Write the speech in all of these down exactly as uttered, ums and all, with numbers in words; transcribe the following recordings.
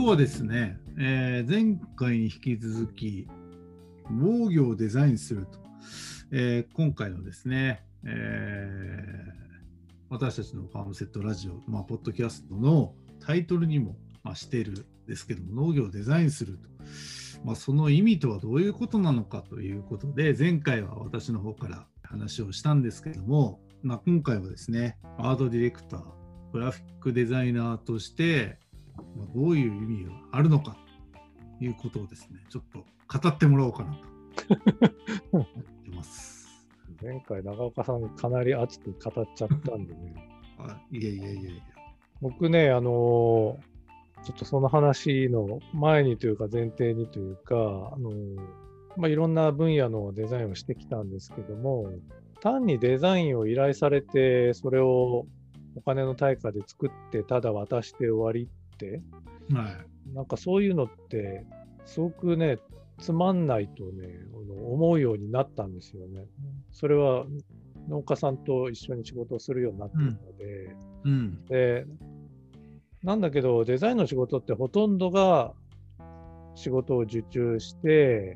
日はですね、えー前回に引き続き農業をデザインすると、えー今回のですね、えー私たちのファームセットラジオ、まあ、ポッドキャストのタイトルにも、まあ、しているんですけども、農業をデザインすると、まあ、その意味とはどういうことなのかということで、前回は私の方から話をしたんですけども、まあ、今回はですね、アートディレクター、グラフィックデザイナーとして、まあ、どういう意味があるのかということをですね、ちょっと語ってもらおうかなと思ってます。 前回長岡さんかなり熱く語っちゃったんでね。 あ、いやいやいやいや。 僕ね、あのーちょっとその話の前にというか前提にというか、あのーまあ、いろんな分野のデザインをしてきたんですけども、単にデザインを依頼されて、それをお金の対価で作ってただ渡して終わりって、 はい。 なんかそういうのってすごくね、つまんないとね、あの思うようになったんですよね。それは農家さんと一緒に仕事をするようになっているので、 うん。 で、なんだけどデザインの仕事ってほとんどが仕事を受注して、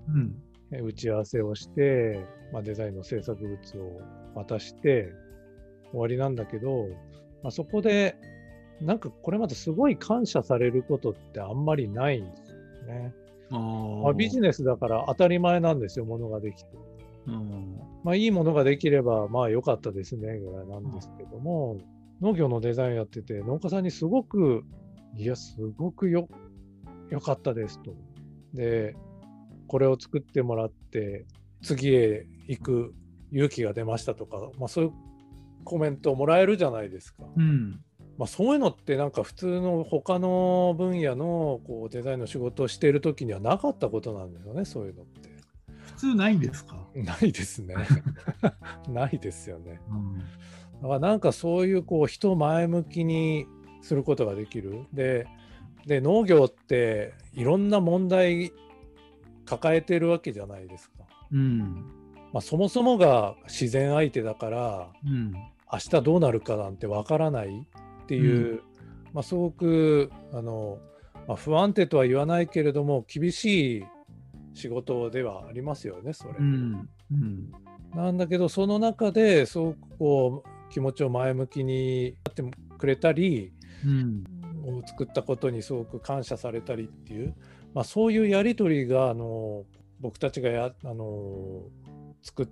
うん。 え打ち合わせをして、まあ、デザインの制作物を渡して終わりなんだけど、まあ、そこでなんかこれまですごい感謝されることってあんまりないんですよね。 あまあ、ビあ。 ジネスだから当たり前なんですよ、ものができて。 うん。 まあ、いいものができれば、まあ良かったですね、ぐらいなんですけども、農業のデザインやってて、農家さんにすごく、いや、すごくよ、良かったですと。で、これを作ってもらって、次へ行く勇気が出ましたとか、まあそういうコメントをもらえるじゃないですか。 うん。 まあ、そういうのってなんか普通の他の分野のこうデザインの仕事をしている時にはなかったことなんですよね、そういうのって。 普通ないんですか？ ないですね。ないですよね。 うん。 だからなんかそういうこう人を前向きにすることができる。で、で農業っていろんな問題抱えてるわけじゃないですか。 うん。 まあ、そもそもが自然相手だからうん。 明日どうなるかなんてわからないっていう、うん、まあ、すごくあの、まあ、不安定とは言わないけれども厳しい仕事ではありますよね、それ。 うんうん、 なんだけどその中ですごくこう気持ちを前向きになってくれたり、うん、を作ったことにすごく感謝されたりっていう、まあ、そういうやり取りがあの僕たちがやあの作って、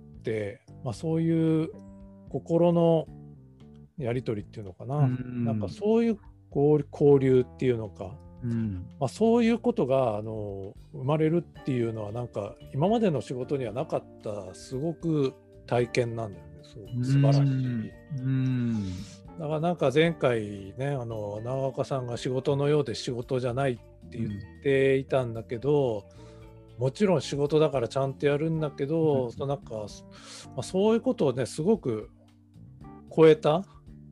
まあ、そういう心のやり取りっていうのかな、うん、なんかそういう交流っていうのか、うんまあ、そういうことがあの生まれるっていうのはなんか今までの仕事にはなかったすごく体験なんだよね。すごく素晴らしい。うん、だからなんか前回ねあの長岡さんが仕事のようで仕事じゃないって言っていたんだけど、うん、もちろん仕事だからちゃんとやるんだけど、うん、そなんか、まあ、そういうことをねすごく超えた。うん、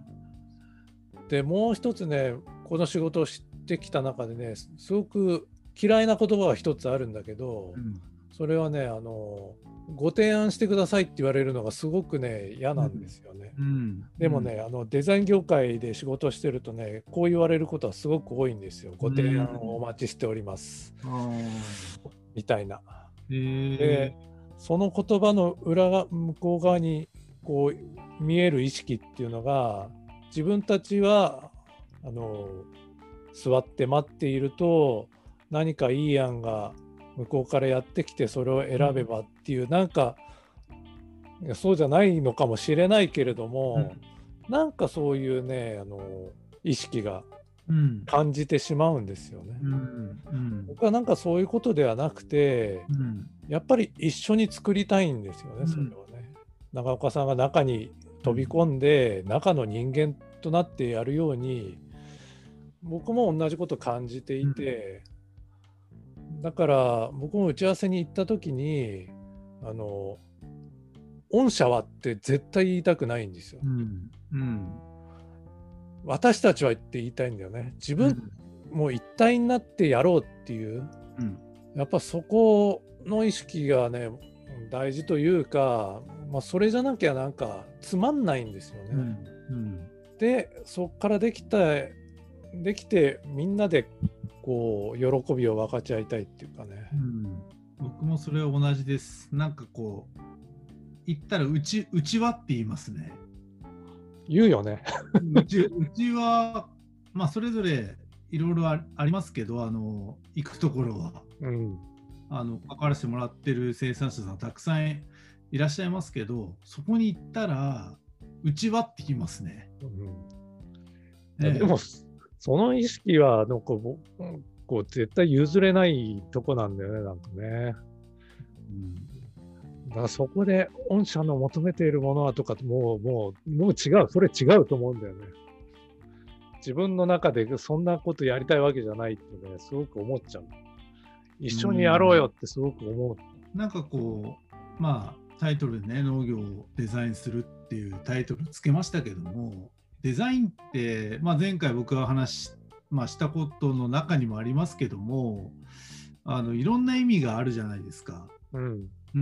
でもう一つねこの仕事をしてきた中でねすごく嫌いな言葉が一つあるんだけど、うん、それはねあのご提案してくださいって言われるのがすごくね嫌なんですよね、うんうん、でもねあのデザイン業界で仕事をしてるとねこう言われることはすごく多いんですよ。ご提案をお待ちしております、うん、みたいな、でその言葉の裏が向こう側にこう見える意識っていうのが自分たちはあの座って待っていると何かいい案が向こうからやってきてそれを選べばっていう、うん、なんかいやそうじゃないのかもしれないけれども、うん、なんかそういうねあの意識が感じてしまうんですよね、うんうん、僕はなんかそういうことではなくて、うん、やっぱり一緒に作りたいんですよね、それをね、うん、長岡さんが中に飛び込んで中の人間となってやるように僕も同じこと感じていて、うん、だから僕も打ち合わせに行った時にあの御社はって絶対言いたくないんですよ、うんうん、私たちはって言いたいんだよね。自分も一体になってやろうっていう、うん、やっぱそこの意識がね大事というか、まあ、それじゃなきゃなんかつまんないんですよね、うんうん、でそこからできたできてみんなでここう喜びを分かち合いたいっていうかね、 うん、僕もそれは同じです。なんかこう言ったらうちうちはって言いますね。 言うよねうちうちはまあそれぞれいろいろありますけど、あの行くところは、 うん、 あの関わらせてもらってる生産者さんたくさんいらっしゃいますけど、そこに行ったらうちはって言いますね。 うん、ええ、でもその意識はなんかこう絶対譲れないとこなんだよね、なんかね。うん、だからそこで御社の求めているものはとかもうもうもう違う、それ違うと思うんだよね。自分の中でそんなことやりたいわけじゃないってね、すごく思っちゃう。一緒にやろうよってすごく思う。 うん、なんかこうまあタイトルでね、農業をデザインするっていうタイトルつけましたけども、デザインって、まあ、前回僕が話し、まあ、したことの中にもありますけども、あのいろんな意味があるじゃないですか。 うんうん、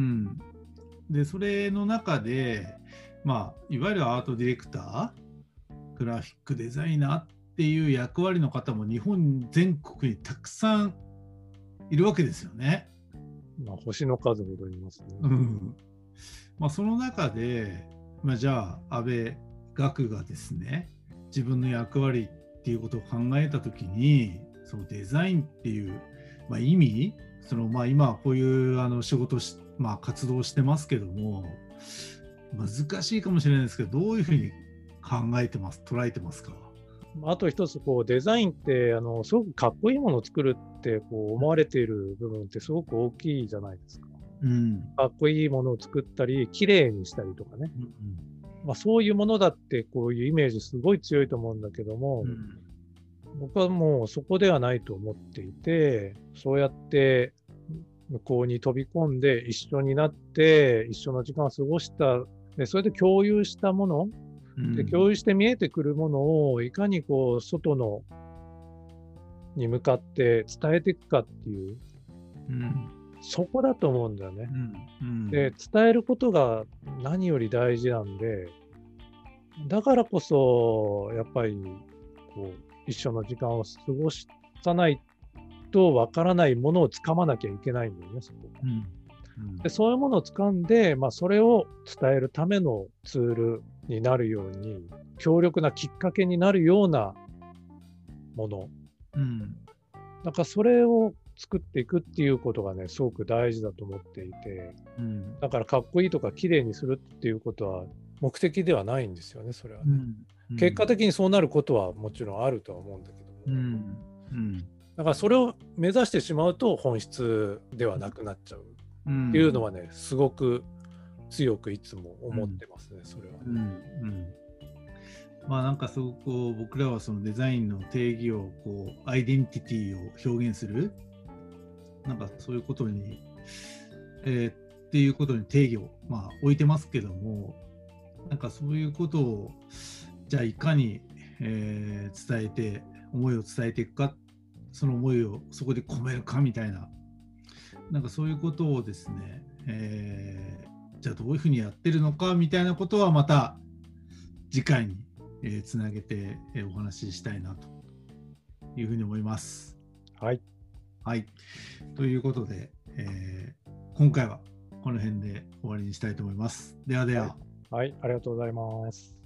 でそれの中で、まあ、いわゆるアートディレクター、グラフィックデザイナーっていう役割の方も日本全国にたくさんいるわけですよね。 まあ、星の数ほどいますね。 うんまあ、その中で、まあ、じゃあ安倍学がですね、自分の役割っていうことを考えたときに、そのデザインっていう、まあ、意味、そのまあ今こういうあの仕事し、まあ、活動してますけども、難しいかもしれないですけど、どういうふうに考えてます、捉えてますか？ あと一つこうデザインってあのすごくかっこいいものを作るってこう思われている部分ってすごく大きいじゃないですか。うん、かっこいいものを作ったり綺麗にしたりとかね、うんうん、まあ、そういうものだってこういうイメージすごい強いと思うんだけども、うん、僕はもうそこではないと思っていて、そうやって向こうに飛び込んで一緒になって一緒の時間を過ごした、でそれで共有したもので、共有して見えてくるものをいかにこう外のに向かって伝えていくかっていう、うん、そこだと思うんだよね、うんうん。で、伝えることが何より大事なんで、だからこそやっぱりこう一緒の時間を過ごさないとわからないものをつかまなきゃいけないんだよね、そこ、うんうん、でそういうものをつかんで、まあ、それを伝えるためのツールになるように、強力なきっかけになるようなもの、うん、だからそれを作っていくっていうことがね、すごく大事だと思っていて、うん、だからかっこいいとか綺麗にするっていうことは目的ではないんですよね、それはね、うんうん、結果的にそうなることはもちろんあるとは思うんだけども、うんうん、だからそれを目指してしまうと本質ではなくなっちゃうっていうのはね、すごく強くいつも思ってますね、うん、それは、ね、うんうん、 まあなんかすごくこう僕らはそのデザインの定義をこうアイデンティティを表現する、なんかそういうことに、えー、っていうことに定義をまあ置いてますけども、なんかそういうことをじゃあいかに、えー、伝えて思いを伝えていくか、その思いをそこで込めるかみたいな、なんかそういうことをですね、えー、じゃあどういうふうにやってるのかみたいなことはまた次回に、えー、つなげて、えー、お話ししたいなというふうに思います。 はい。 はい。ということで、えー、今回はこの辺で終わりにしたいと思います。ではでは。 はい、はい、ありがとうございます。